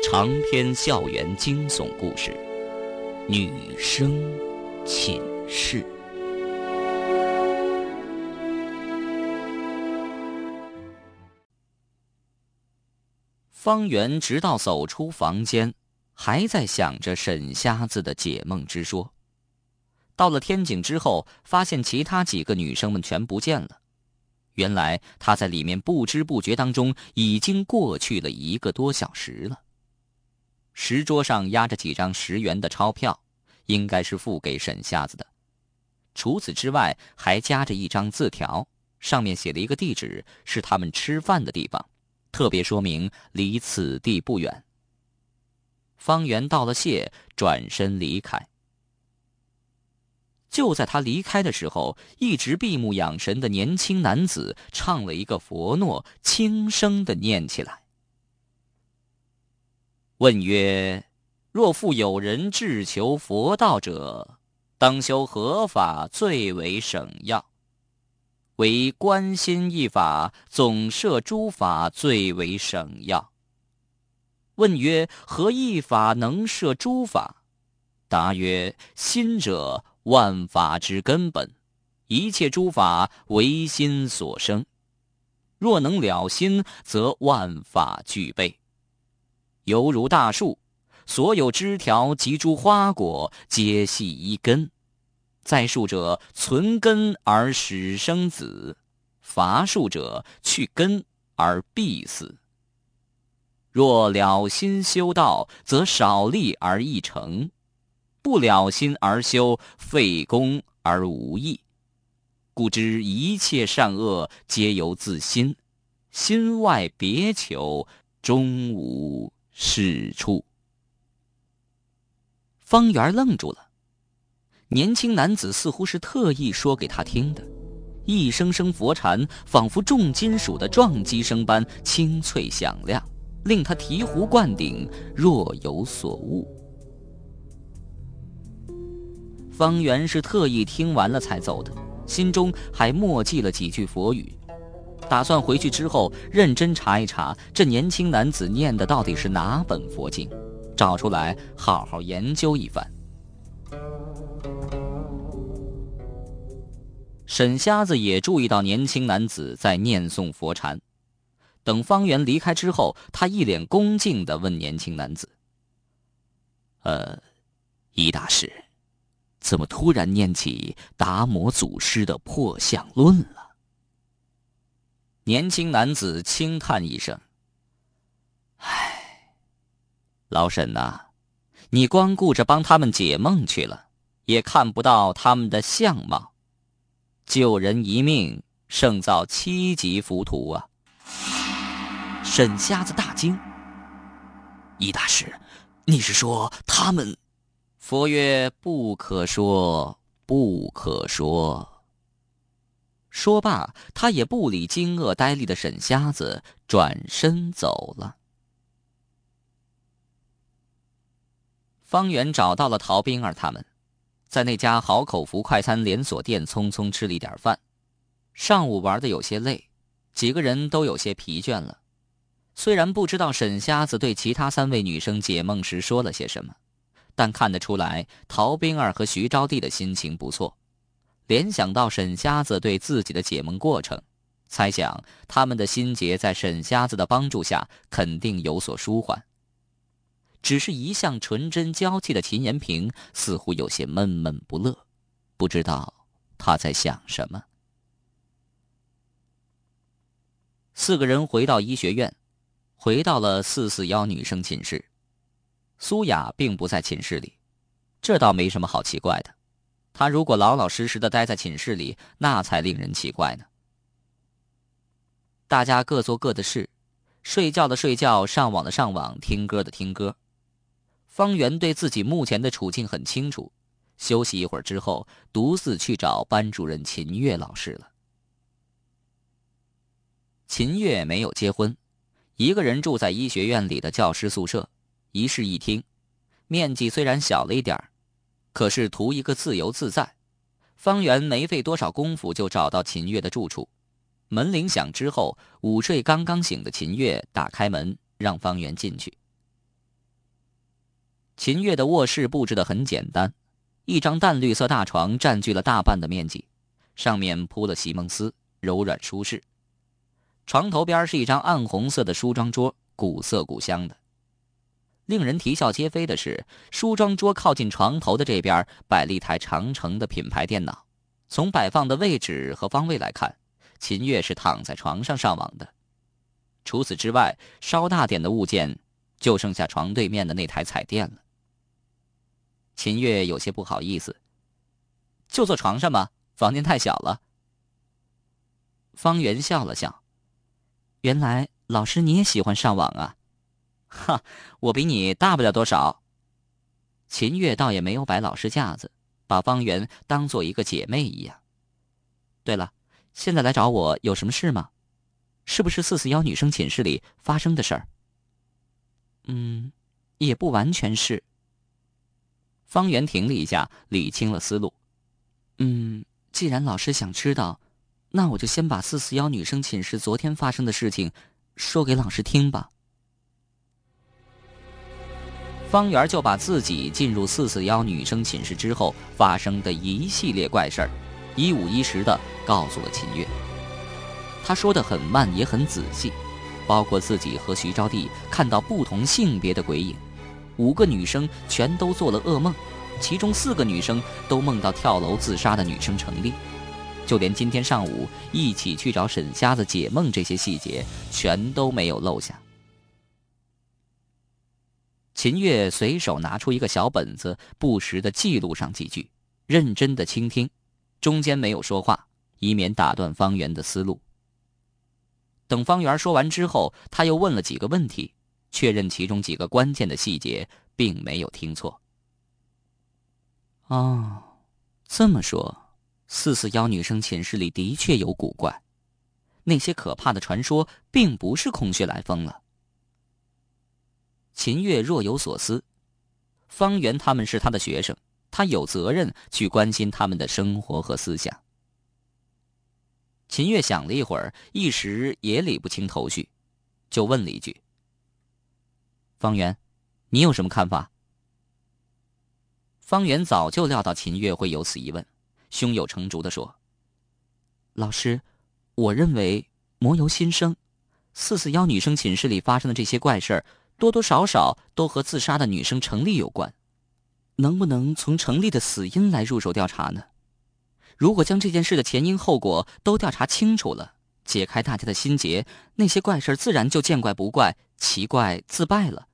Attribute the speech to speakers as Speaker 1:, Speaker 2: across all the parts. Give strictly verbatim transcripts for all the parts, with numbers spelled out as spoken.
Speaker 1: 长篇校园惊悚故事，女生寝室。方圆直到走出房间，还在想着沈瞎子的解梦之说。到了天井之后，发现其他几个女生们全不见了。原来他在里面不知不觉当中已经过去了一个多小时了。石桌上压着几张十元的钞票，应该是付给沈瞎子的。除此之外，还夹着一张字条，上面写了一个地址，是他们吃饭的地方，特别说明离此地不远。方圆道了谢，转身离开。就在他离开的时候，一直闭目养神的年轻男子唱了一个佛诺，轻声地念起来。问曰：若复有人志求佛道者，当修何法最为省要？唯观心一法，总摄诸法最为省要。问曰：何一法能摄诸法？答曰：心者万法之根本，一切诸法唯心所生。若能了心，则万法具备。犹如大树，所有枝条及诸花果，皆系一根。在树者，存根而始生子；伐树者，去根而必死。若了心修道，则少力而易成；不了心而修，费功而无益。故知一切善恶，皆由自心，心外别求，终无是处。方圆愣住了，年轻男子似乎是特意说给他听的，一声声佛禅仿佛重金属的撞击声般清脆响亮，令他醍醐灌顶，若有所悟。方圆是特意听完了才走的，心中还默记了几句佛语，打算回去之后认真查一查这年轻男子念的到底是哪本佛经，找出来好好研究一番。沈瞎子也注意到年轻男子在念诵佛禅，等方圆离开之后，他一脸恭敬地问年轻男子：呃，易大师，怎么突然念起达摩祖师的破相论了？年轻男子轻叹一声：唉，老沈呐、啊，你光顾着帮他们解梦去了，也看不到他们的相貌。救人一命，胜造七级浮屠啊！沈瞎子大惊：易大师，你是说他们？佛曰：不可说，不可说。说罢，他也不理惊愕呆立的沈瞎子，转身走了。方圆找到了陶冰儿他们，在那家好口福快餐连锁店匆匆吃了一点饭。上午玩得有些累，几个人都有些疲倦了。虽然不知道沈瞎子对其他三位女生解梦时说了些什么，但看得出来陶冰儿和徐招娣的心情不错。联想到沈瞎子对自己的解梦过程，猜想他们的心结在沈瞎子的帮助下肯定有所舒缓。只是一向纯真娇气的秦延平似乎有些闷闷不乐，不知道他在想什么。四个人回到医学院，回到了四四一女生寝室。苏雅并不在寝室里，这倒没什么好奇怪的。她如果老老实实的待在寝室里，那才令人奇怪呢。大家各做各的事，睡觉的睡觉，上网的上网，听歌的听歌。方圆对自己目前的处境很清楚，休息一会儿之后，独自去找班主任秦月老师了。秦月没有结婚，一个人住在医学院里的教师宿舍，一室一厅，面积虽然小了一点，可是图一个自由自在。方圆没费多少功夫就找到秦月的住处。门铃响之后，午睡刚刚醒的秦月打开门，让方圆进去。 秦月的卧室布置得很简单，一张淡绿色大床占据了大半的面积，上面铺了席梦思，柔软舒适。床头边是一张暗红色的梳妆桌，古色古香的。令人啼笑皆非的是，梳妆桌靠近床头的这边摆了一台长城的品牌电脑，从摆放的位置和方位来看，秦月是躺在床上上网的。除此之外，稍大点的物件就剩下床对面的那台彩电了。秦月有些不好意思，就坐床上吧，房间太小了。方圆笑了笑，原来老师你也喜欢上网啊？哈，我比你大不了多少。秦月倒也没有摆老师架子，把方圆当做一个姐妹一样。对了，现在来找我有什么事吗？是不是四四幺女生寝室里发生的事儿？嗯，也不完全是。方圆停了一下，理清了思路。嗯，既然老师想知道，那我就先把四四幺女生寝室昨天发生的事情说给老师听吧。方圆就把自己进入四四幺女生寝室之后发生的一系列怪事儿，一五一十地告诉了秦月。他说得很慢也很仔细，包括自己和徐招娣看到不同性别的鬼影，五个女生全都做了噩梦，其中四个女生都梦到跳楼自杀的女生程丽，就连今天上午一起去找沈瞎子解梦这些细节全都没有漏下。秦月随手拿出一个小本子，不时地记录上几句，认真地倾听，中间没有说话，以免打断方圆的思路。等方圆说完之后，他又问了几个问题，确认其中几个关键的细节并没有听错。哦，这么说，四四幺女生寝室里的确有古怪，那些可怕的传说并不是空穴来风了。秦月若有所思，方圆他们是他的学生，他有责任去关心他们的生活和思想。秦月想了一会儿，一时也理不清头绪，就问了一句：方圆，你有什么看法？方圆早就料到秦月会有此疑问，胸有成竹地说：老师，我认为魔由心生，四四幺女生寝室里发生的这些怪事儿，多多少少都和自杀的女生程丽有关。能不能从程丽的死因来入手调查呢？如果将这件事的前因后果都调查清楚了，解开大家的心结，那些怪事自然就见怪不怪，奇怪自败了。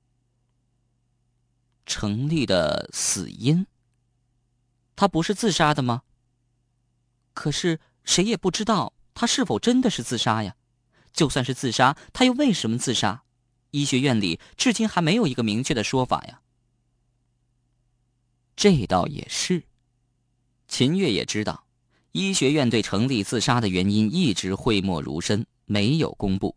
Speaker 1: 程丽的死因，她不是自杀的吗？可是谁也不知道她是否真的是自杀呀。就算是自杀，她又为什么自杀？医学院里至今还没有一个明确的说法呀。这倒也是。秦月也知道，医学院对程丽自杀的原因一直讳莫如深，没有公布。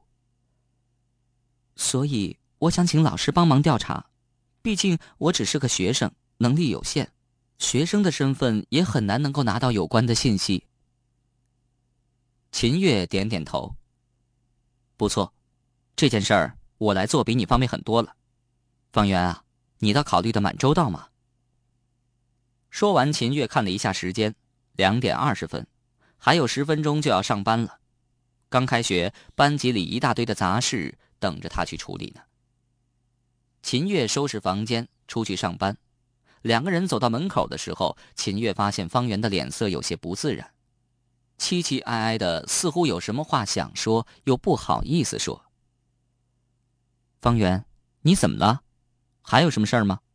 Speaker 1: 所以我想请老师帮忙调查，毕竟我只是个学生，能力有限，学生的身份也很难能够拿到有关的信息。秦月点点头。不错，这件事儿我来做比你方便很多了。方圆啊，你倒考虑得蛮周到嘛。说完，秦月看了一下时间，两点二十分，还有十分钟就要上班了。刚开学，班级里一大堆的杂事等着他去处理呢。秦月收拾房间，出去上班。两个人走到门口的时候，秦月发现方圆的脸色有些不自然，凄凄哀哀的，似乎有什么话想说，又不好意思说。方圆，你怎么了？还有什么事儿吗？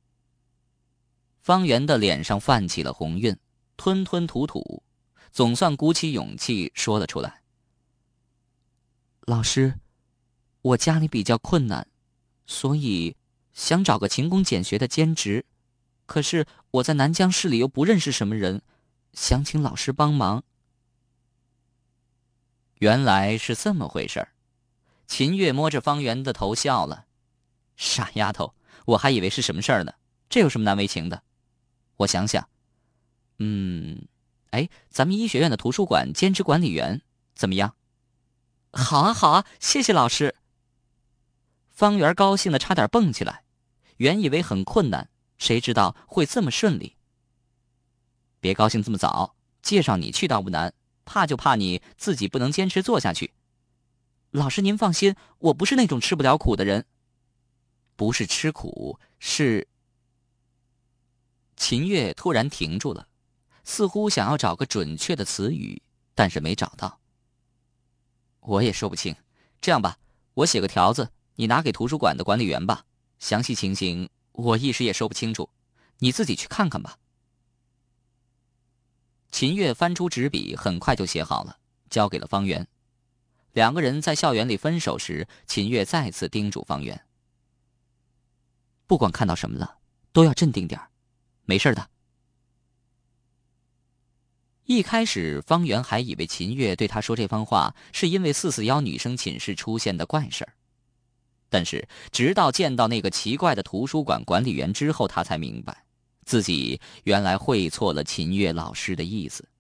Speaker 1: 方圆的脸上泛起了红晕，吞吞吐吐，总算鼓起勇气说了出来。老师，我家里比较困难，所以想找个勤工俭学的兼职，可是我在南疆市里又不认识什么人，想请老师帮忙。原来是这么回事儿。秦月摸着方圆的头笑了。傻丫头，我还以为是什么事儿呢，这有什么难为情的？我想想，嗯，哎，咱们医学院的图书馆兼职管理员怎么样？好啊好啊，谢谢老师。方圆高兴的差点蹦起来， 原以为很困难，谁知道会这么顺利。别高兴这么早，介绍你去倒不难，怕就怕你自己不能坚持做下去。老师您放心，我不是那种吃不了苦的人。不是吃苦，是……秦月突然停住了，似乎想要找个准确的词语，但是没找到。我也说不清，这样吧，我写个条子，你拿给图书馆的管理员吧。详细情形我一时也说不清楚，你自己去看看吧。秦月翻出纸笔，很快就写好了，交给了方圆。两个人在校园里分手时，秦月再次叮嘱方圆：不管看到什么了，都要镇定点儿，没事的。一开始，方圆还以为秦月对他说这番话是因为四四幺女生寝室出现的怪事儿，但是直到见到那个奇怪的图书馆管理员之后，他才明白自己原来会错了秦月老师的意思。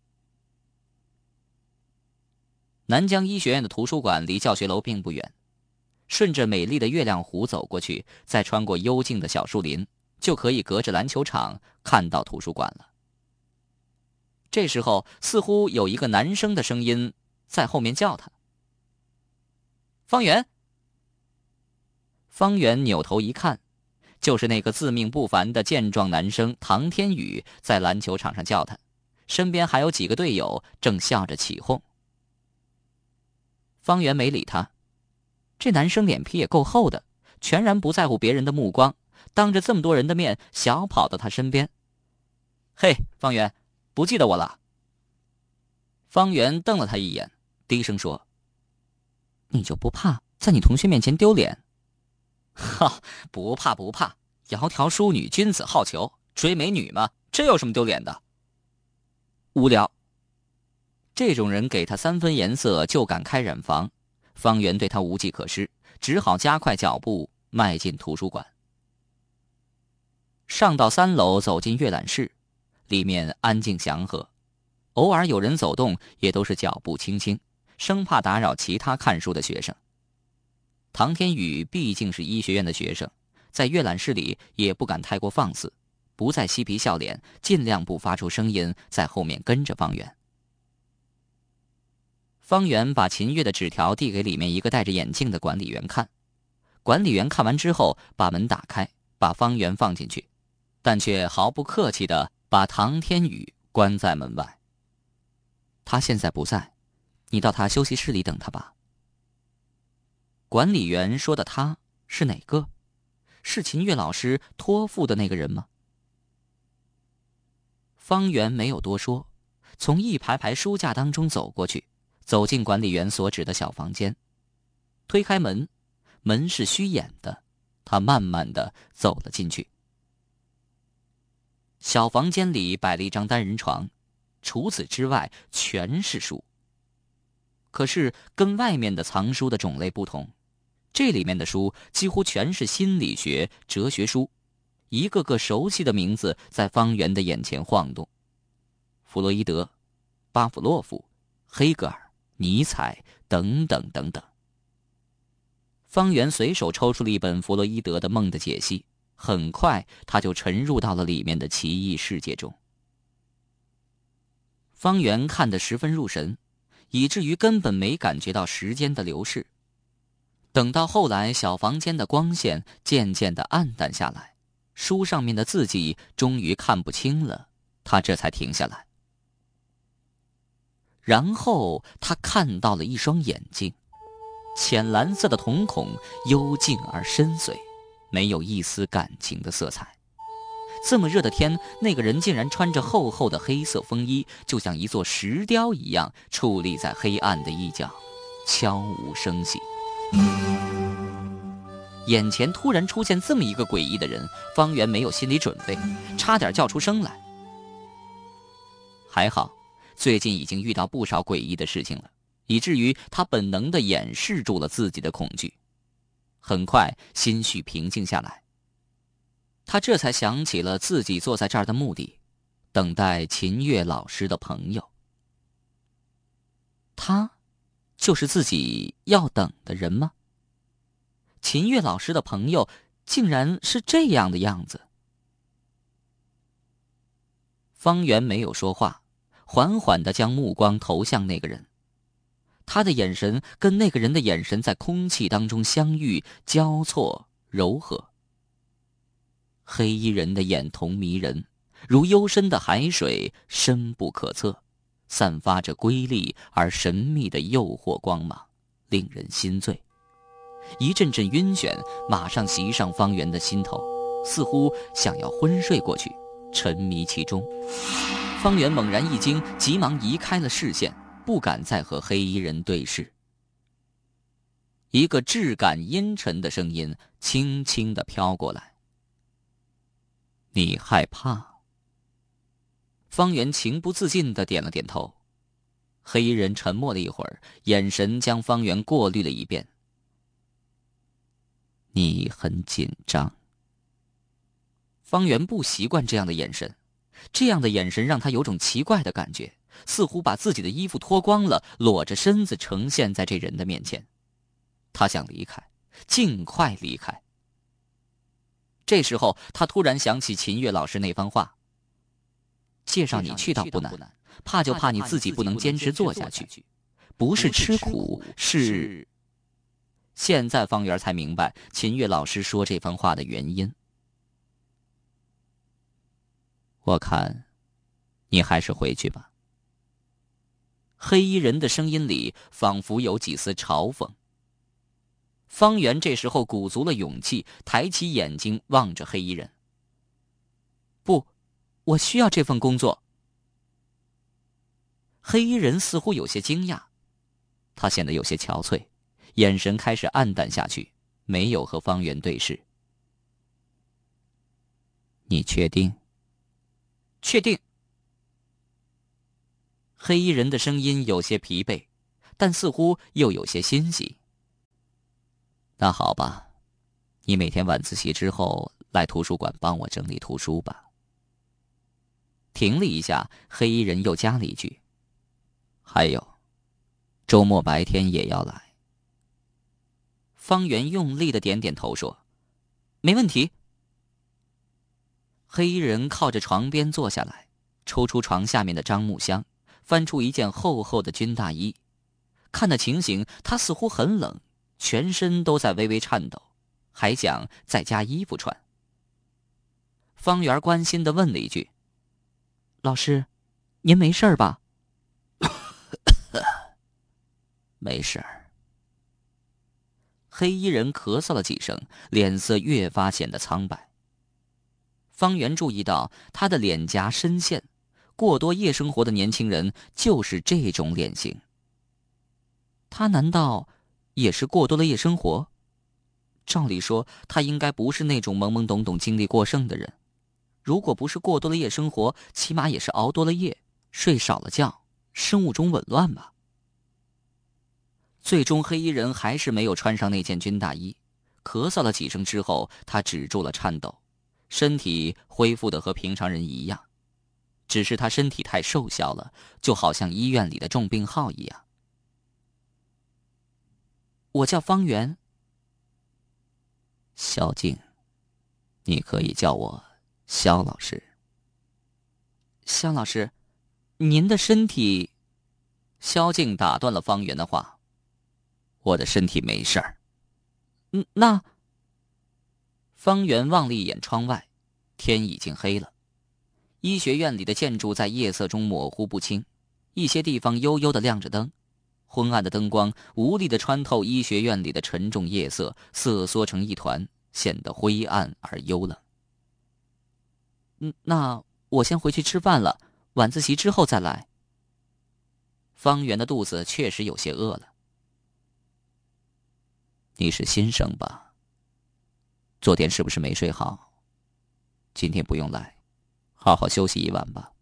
Speaker 1: 南江医学院的图书馆离教学楼并不远，顺着美丽的月亮湖走过去，再穿过幽静的小树林，就可以隔着篮球场看到图书馆了。这时候，似乎有一个男生的声音在后面叫他：方圆。方圆扭头一看，就是那个自命不凡的健壮男生唐天宇在篮球场上叫他，身边还有几个队友正笑着起哄。方圆没理他，这男生脸皮也够厚的，全然不在乎别人的目光，当着这么多人的面小跑到他身边。嘿，方圆，不记得我了？方圆瞪了他一眼，低声说：你就不怕在你同学面前丢脸？哈，不怕不怕，窈窕淑女，君子好逑，追美女嘛，这有什么丢脸的？无聊。这种人给他三分颜色就敢开染房，方圆对他无计可施，只好加快脚步迈进图书馆。上到三楼，走进阅览室，里面安静祥和，偶尔有人走动，也都是脚步轻轻，生怕打扰其他看书的学生。唐天宇毕竟是医学院的学生，在阅览室里也不敢太过放肆，不再嬉皮笑脸，尽量不发出声音，在后面跟着方圆。方圆把秦月的纸条递给里面一个戴着眼镜的管理员看，管理员看完之后把门打开，把方圆放进去，但却毫不客气地把唐天宇关在门外。他现在不在，你到他休息室里等他吧。管理员说的他是哪个？是秦月老师托付的那个人吗？方圆没有多说，从一排排书架当中走过去，走进管理员所指的小房间，推开门，门是虚掩的，他慢慢地走了进去。小房间里摆了一张单人床，除此之外全是书。可是跟外面的藏书的种类不同，这里面的书几乎全是心理学、哲学书，一个个熟悉的名字在方圆的眼前晃动：弗洛伊德、巴甫洛夫、黑格尔、尼采等等等等。方圆随手抽出了一本弗洛伊德的《梦的解析》，很快他就沉入到了里面的奇异世界中。方圆看得十分入神，以至于根本没感觉到时间的流逝。等到后来小房间的光线渐渐地暗淡下来，书上面的字迹终于看不清了，他这才停下来。然后他看到了一双眼睛，浅蓝色的瞳孔，幽静而深邃，没有一丝感情的色彩。这么热的天，那个人竟然穿着厚厚的黑色风衣，就像一座石雕一样矗立在黑暗的一角，悄无声息。眼前突然出现这么一个诡异的人，方圆没有心理准备，差点叫出声来。还好最近已经遇到不少诡异的事情了，以至于他本能地掩饰住了自己的恐惧。很快心绪平静下来，他这才想起了自己坐在这儿的目的，等待秦月老师的朋友。他就是自己要等的人吗？秦月老师的朋友竟然是这样的样子。方圆没有说话，缓缓地将目光投向那个人。他的眼神跟那个人的眼神在空气当中相遇，交错，柔和。黑衣人的眼瞳迷人，如幽深的海水，深不可测，散发着瑰丽而神秘的诱惑光芒，令人心醉。一阵阵晕眩马上袭上方圆的心头，似乎想要昏睡过去，沉迷其中。方圆猛然一惊，急忙移开了视线，不敢再和黑衣人对视。一个质感阴沉的声音轻轻地飘过来：“你害怕？”方圆情不自禁地点了点头。黑衣人沉默了一会儿，眼神将方圆过滤了一遍。你很紧张。方圆不习惯这样的眼神，这样的眼神让他有种奇怪的感觉，似乎把自己的衣服脱光了，裸着身子呈现在这人的面前。他想离开，尽快离开。这时候他突然想起秦月老师那番话：介绍你去倒不难，怕就怕你自己不能坚持做下去，不是吃苦，是……现在方圆才明白秦月老师说这番话的原因。我看你还是回去吧。黑衣人的声音里仿佛有几丝嘲讽。方圆这时候鼓足了勇气，抬起眼睛望着黑衣人。不，我需要这份工作。黑衣人似乎有些惊讶，他显得有些憔悴，眼神开始暗淡下去，没有和方圆对视。你确定？确定。黑衣人的声音有些疲惫，但似乎又有些欣喜。那好吧，你每天晚自习之后来图书馆帮我整理图书吧。停了一下，黑衣人又加了一句：还有，周末白天也要来。方圆用力的点点头说：没问题。黑衣人靠着床边坐下来，抽出床下面的樟木箱，翻出一件厚厚的军大衣。看那情形，他似乎很冷，全身都在微微颤抖，还想再加衣服穿。方圆关心地问了一句：老师，您没事吧？没事儿。黑衣人咳嗽了几声，脸色越发显得苍白。方圆注意到他的脸颊深陷，过多夜生活的年轻人就是这种脸型。他难道也是过多了夜生活？照理说，他应该不是那种懵懵懂懂精力过剩的人。如果不是过多了夜生活，起码也是熬多了夜，睡少了觉，生物钟紊乱吧。最终黑衣人还是没有穿上那件军大衣，咳嗽了几声之后，他止住了颤抖，身体恢复得和平常人一样，只是他身体太瘦小了，就好像医院里的重病号一样。我叫方圆。萧静，你可以叫我萧老师。萧老师，您的身体……萧静打断了方圆的话。我的身体没事儿。嗯，那……方圆望了一眼窗外，天已经黑了。医学院里的建筑在夜色中模糊不清，一些地方悠悠地亮着灯，昏暗的灯光无力地穿透医学院里的沉重夜色，瑟缩成一团，显得灰暗而幽冷。嗯，那我先回去吃饭了，晚自习之后再来。方圆的肚子确实有些饿了。你是新生吧？昨天是不是没睡好？今天不用来，好好休息一晚吧。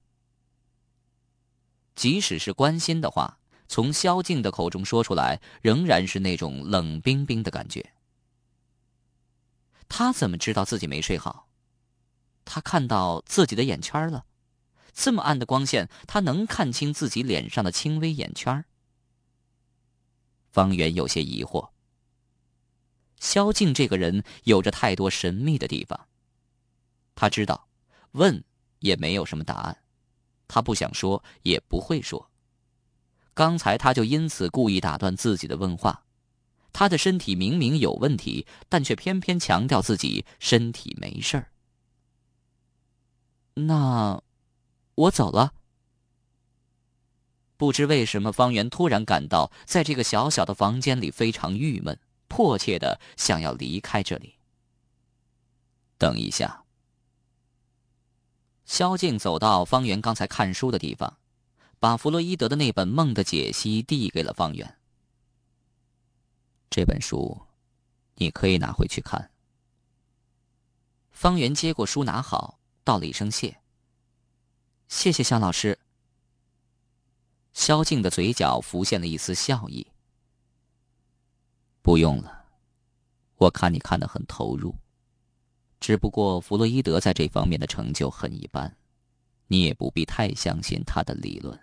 Speaker 1: 即使是关心的话，从萧静的口中说出来，仍然是那种冷冰冰的感觉。他怎么知道自己没睡好？他看到自己的眼圈了，这么暗的光线，他能看清自己脸上的轻微眼圈。方圆有些疑惑。 萧静这个人有着太多神秘的地方。他知道，问也没有什么答案，他不想说，也不会说。刚才他就因此故意打断自己的问话。他的身体明明有问题，但却偏偏强调自己身体没事儿。那，我走了。不知为什么，方圆突然感到在这个小小的房间里非常郁闷，迫切的想要离开这里。等一下。萧静走到方圆刚才看书的地方，把弗洛伊德的那本《梦的解析》递给了方圆。这本书，你可以拿回去看。方圆接过书，拿好，道了一声谢。谢谢萧老师。萧静的嘴角浮现了一丝笑意。不用了，我看你看得很投入。只不过弗洛伊德在这方面的成就很一般，你也不必太相信他的理论。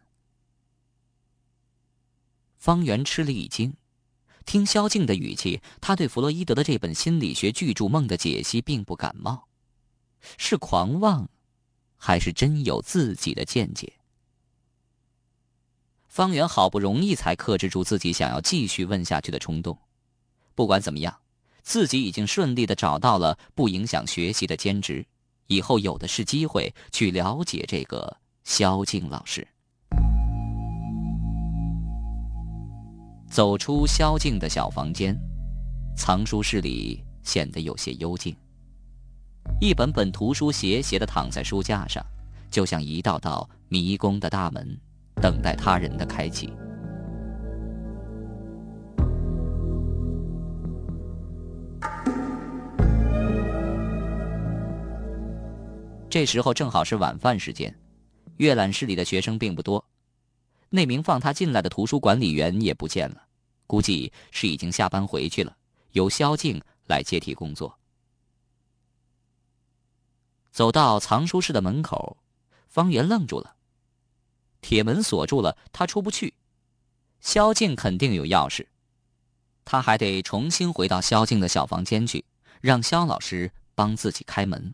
Speaker 1: 方圆吃了一惊，听萧静的语气，他对弗洛伊德的这本心理学巨著《梦的解析》并不感冒，是狂妄，还是真有自己的见解？方圆好不容易才克制住自己想要继续问下去的冲动。不管怎么样，自己已经顺利地找到了不影响学习的兼职，以后有的是机会去了解这个萧静老师。走出萧静的小房间，藏书室里显得有些幽静。一本本图书斜斜地躺在书架上，就像一道道迷宫的大门，等待他人的开启。这时候正好是晚饭时间，阅览室里的学生并不多。那名放他进来的图书管理员也不见了，估计是已经下班回去了，由萧静来接替工作。走到藏书室的门口，方圆愣住了。铁门锁住了，他出不去。萧静肯定有钥匙，他还得重新回到萧静的小房间去，让萧老师帮自己开门。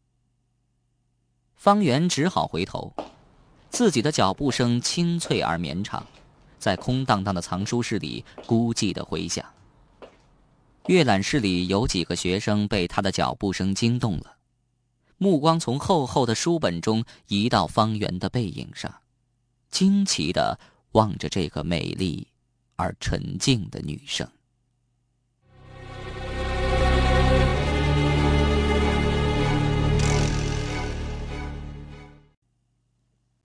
Speaker 1: 方圆只好回头，自己的脚步声清脆而绵长，在空荡荡的藏书室里孤寂地回响。阅览室里有几个学生被他的脚步声惊动了，目光从厚厚的书本中移到方圆的背影上，惊奇地望着这个美丽而沉静的女生。